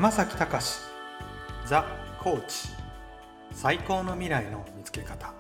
山崎隆ザ・コーチ、最高の未来の見つけ方。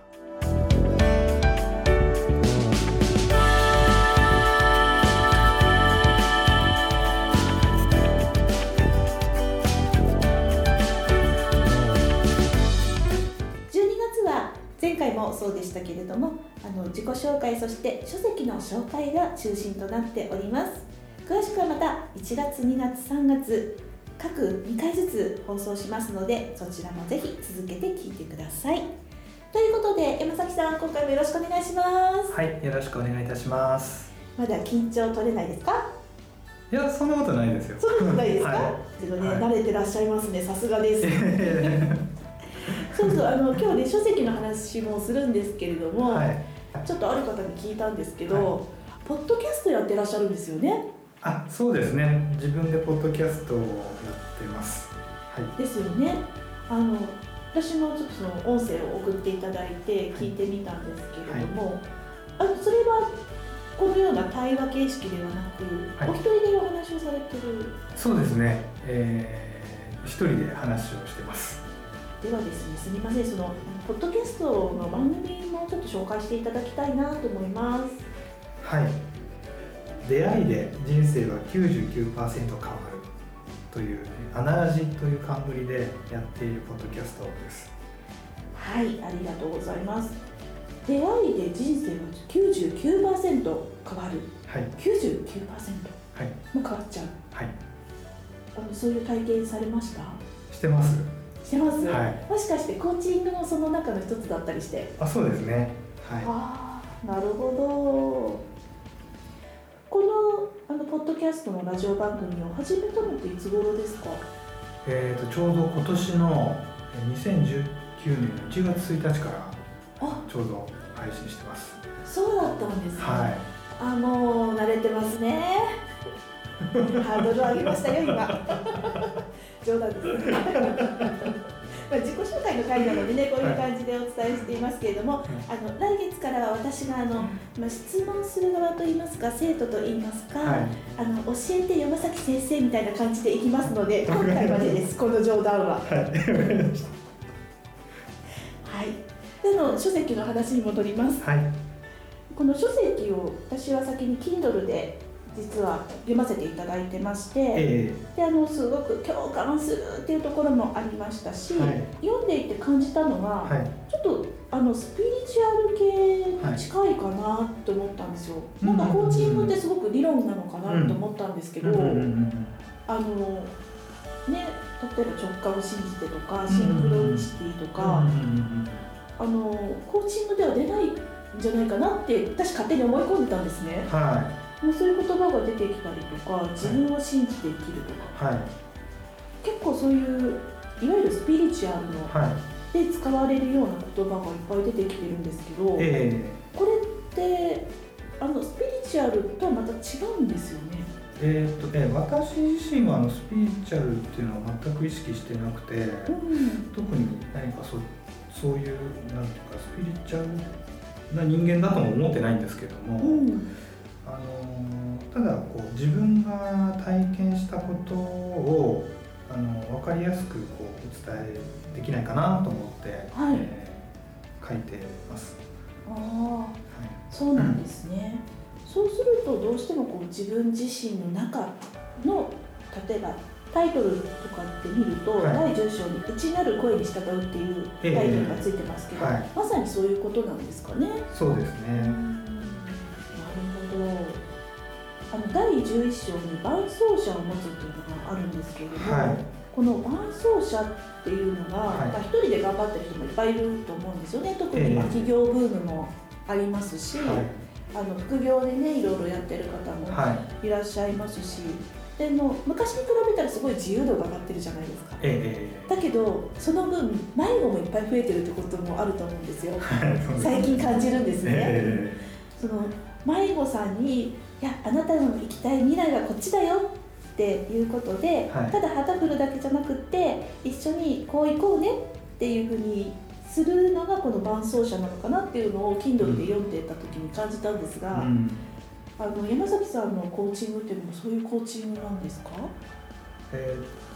前回もそうでしたけれども、自己紹介、そして書籍の紹介が中心となっております。詳しくはまた1月、2月、3月各2回ずつ放送しますので、そちらもぜひ続けて聞いてください。ということで、山崎さん、今回もよろしくお願いします。 はい、よろしくお願いいたします。 まだ緊張取れないですか？ いや、そんなことないですよ。 そんなことないですか？ はいけどね、慣れてらっしゃいますね。さすがです。そうそう、今日ね、書籍の話もするんですけれども、はい、ちょっとある方に聞いたんですけど、はい、ポッドキャストやってらっしゃるんですよね。 あ、そうですね。自分でポッドキャストをやってます。はい、 ですよね。私もちょっとその音声を送っていただいて聞いてみたんですけれども、はい、それはこのような対話形式ではなく、はい、お一人でお話をされてる？ そうですね。一人で話をしてます。 ではですね、すみません、そのポッドキャストの番組もちょっと紹介していただきたいなと思います。 はい。出会いで人生は 99% 変わるという、ね、アナラジという冠でやっているポッドキャストです。 はい、ありがとうございます。出会いで人生は 99% 変わる。はい。 99%、 はい、 もう変わっちゃう。 はい。 そういう体験されました？ してます。 してます、 はい、 もしかしてコーチングもその中の一つだったりして？ あ、そうですね。はい、 ああ、なるほど。このポッドキャストのラジオ番組を始めたのっていつ頃ですか？ ちょうど今年の2019年の1月1日からちょうど配信してます。 そうだったんですね。 はい、 もう慣れてますね。ハードル上げましたよ今。冗談です。自己紹介の会なのでね、こういう感じでお伝えしていますけれども、はい、来月からは私が質問する側といいますか、生徒といいますか、はい、教えて山崎先生みたいな感じでいきますので、今回までです。この冗談は。はい。はい。で書籍の話に戻ります。はい。この書籍を私は先に Kindle で実は読ませていただいてまして、ですごく共感するっていうところもありましたし、はい、読んでいて感じたのは、はい、ちょっとスピリチュアル系に近いかなと思ったんですよ。はい、なんかコーチングってすごく理論なのかなと思ったんですけど、ね、例えば直感を信じてとかシンクロニシティとか、コーチングでは出ないんじゃないかなって私勝手に思い込んでたんですね。はい、そういう言葉が出てきたりとか、自分を信じて生きるとか、はい、結構そういういわゆるスピリチュアルの、はい、で使われるような言葉がいっぱい出てきてるんですけど、これってスピリチュアルとはまた違うんですよね。 私自身はスピリチュアルっていうのは全く意識してなくて、特に何かそういうなんていうかスピリチュアルな人間だとも思ってないんですけども、ただ自分が体験したことを分かりやすくお伝えできないかなと思って、はい、書いてます。 はい、そうなんですね。そうするとどうしても自分自身の中の例えばタイトルとかって見ると、はい、第10章に内なる声に従うっていうタイトルがついてますけど、はい、まさにそういうことなんですかね。 そうですね。 なるほど。第11章に伴走者を持つというのがあるんですけれども、はい、この伴走者っていうのが、一人で頑張ってる人もいっぱいいると思うんですよね。特に起業ブームもありますし、副業でねいろいろやってる方もいらっしゃいますし、でも昔に比べたらすごい自由度が上がってるじゃないですか。だけどその分迷子もいっぱい増えてるってこともあると思うんですよ。最近感じるんですね。その迷子さんにいやあなたの行きたい未来はこっちだよっていうことで、はい、ただ旗振るだけじゃなくって一緒にこう行こうねっていうふうにするのがこの伴走者なのかなっていうのを Kindle で読んでた時に感じたんですが、山崎さんのコーチングっていうのもそういうコーチングなんですか？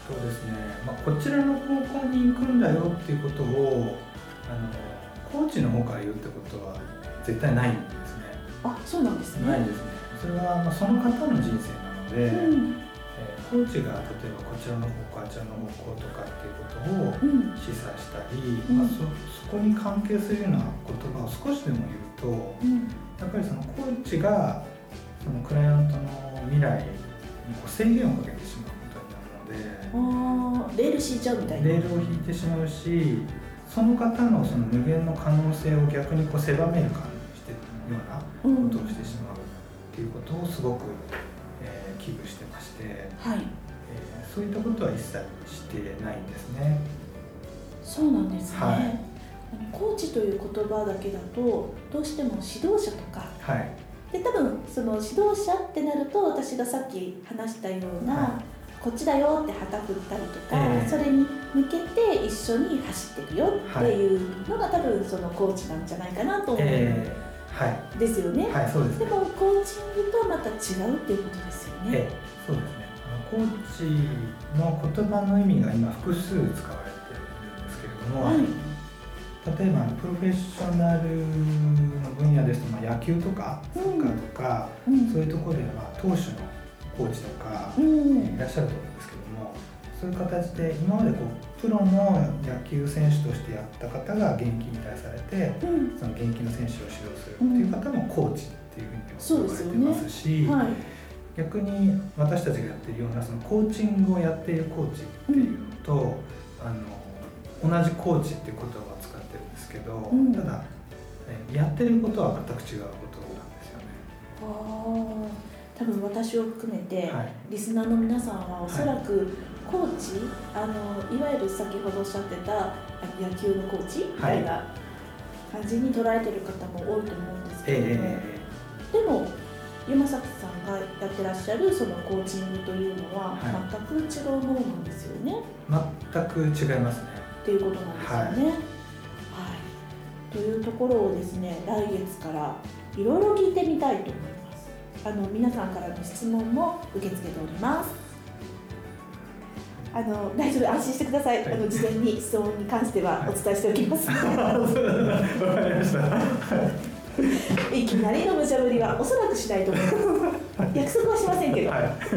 そうですね、こちらの方向に行くんだよっていうことをコーチの方から言うってことは絶対ないんですね。 あ、そうなんですね。 ないですね。それはその方の人生なので、コーチが例えばこちらの方向あちらの方向とかっていうことを示唆したり、そこに関係するような言葉を少しでも言うと、やっぱりそのコーチがそのクライアントの未来に制限をかけてしまうことになるので、 レール敷いちゃうみたいな。 レールを引いてしまうし、その方のその無限の可能性を逆に狭める感じしているようなことをしてしまうっていうことをすごく、危惧してまして、そういったことは一切してないんですね。 そうなんですね。コーチという言葉だけだとどうしても指導者とか、で多分その指導者ってなると私がさっき話したような、こっちだよって旗振ったりとか、それに向けて一緒に走っていくよっていうのが多分そのコーチなんじゃないかなと思うんですよね。 そうですね。 でもコーチングとはまた違うっていうことですよね。 そうですね。コーチの言葉の意味が今複数使われているんですけれども、例えばプロフェッショナルの分野ですと、野球とかサッカーとか、そういうところでは投手のコーチとかいらっしゃると思うんですけども、そういう形で今までプロの野球選手としてやった方が現役引退されて、その現役の選手を指導するっていう方もコーチっていうふうに呼ばれてますし、逆に私たちがやっているようなそのコーチングをやっているコーチっていうのと、同じコーチっていう言葉を使ってるんですけど、ただやってることは全く違うことなんですよね。 多分私を含めて、リスナーの皆さんはおそらくコーチ、いわゆる先ほどおっしゃってた野球のコーチみたいな感じに捉えてる方も多いと思うんですけれども、でも山崎さんがやってらっしゃるそのコーチングというのは全く違うものなんですよね。 全く違いますね。 っていうことなんですよね。というところをですね、来月からいろいろ聞いてみたいと思います。皆さんからの質問も受け付けております。大丈夫、安心してください。事前に質問に関してはお伝えしておきます。わかりました。 いきなりの無茶ぶりはおそらくしないと思います。約束はしませんけど。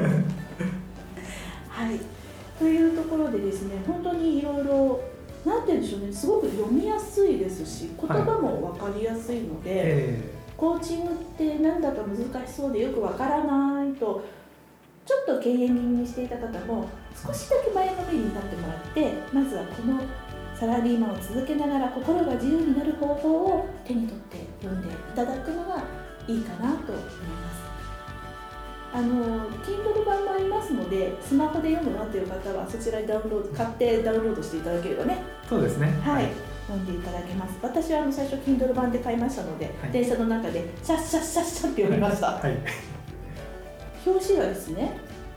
というところでですね、本当にいろいろなんて言うんでしょうね、すごく読みやすいですし、言葉も分かりやすいので、コーチングってなんだか難しそうでよく分からないとちょっと敬遠気味にしていた方も少しだけ前のめりになってもらって、まずはこのサラリーマンを続けながら心が自由になる方法を手に取って読んでいただくのがいいかなと思います。Kindle 版もありますので、スマホで読むなという方はそちらに買ってダウンロードしていただければね。 そうですね。 読んでいただけます。私は最初 Kindle 版で買いましたので、電車の中でシャッシャッシャッシャッって読みました。表紙はですね、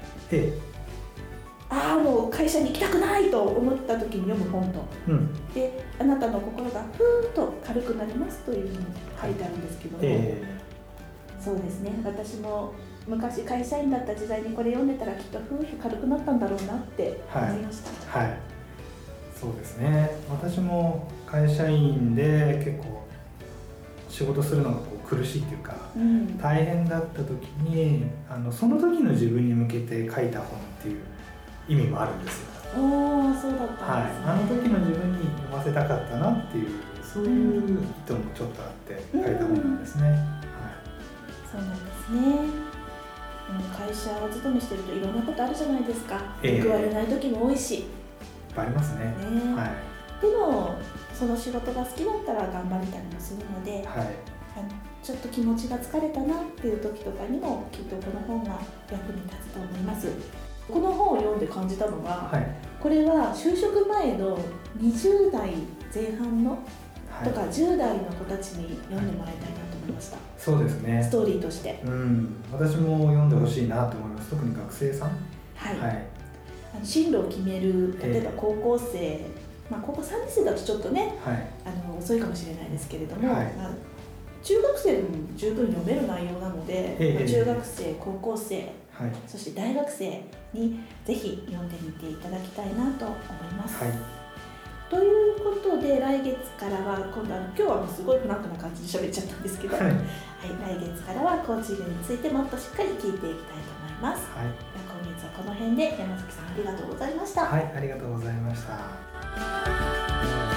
もう会社に行きたくないと思った時に読む本と、であなたの心がふーっと軽くなりますというふうに書いてあるんですけども、そうですね、私も昔会社員だった時代にこれ読んでたらきっとふーっと軽くなったんだろうなって思いました。 そうですね、私も会社員で結構仕事するのが苦しいっていうか、大変だった時にその時の自分に向けて書いた本っていう意味もあるんですよ。 そうだったんですね。 あの時の自分に読ませたかったなっていう、そういう意図もちょっとあって書いた本なんですね。 そうなんですね。会社を勤めしてるといろんなことあるじゃないですか。報われない時も多いし。 ありますね。 でもその仕事が好きだったら頑張れたりもするので、ちょっと気持ちが疲れたなっていう時とかにもきっとこの本が役に立つと思います。この本を読んで感じたのが、これは就職前の20代前半のとか10代の子たちに読んでもらいたいなと思いました。 そうですね。 ストーリーとして。 私も読んでほしいなと思います。特に学生さん。 進路を決める、例えば高校生、高校3年生だとちょっとね、遅いかもしれないですけれども、中学生でも十分読める内容なので、中学生、高校生、そして大学生、 にぜひ読んでみていただきたいなと思います、 はい、 ということで来月からは今日はもうすごいフランクな感じで喋っちゃったんですけど、はい、来月からはコーチングについてもっとしっかり聞いていきたいと思います、はい、今月はこの辺で山崎さんありがとうございました。 はい、ありがとうございました。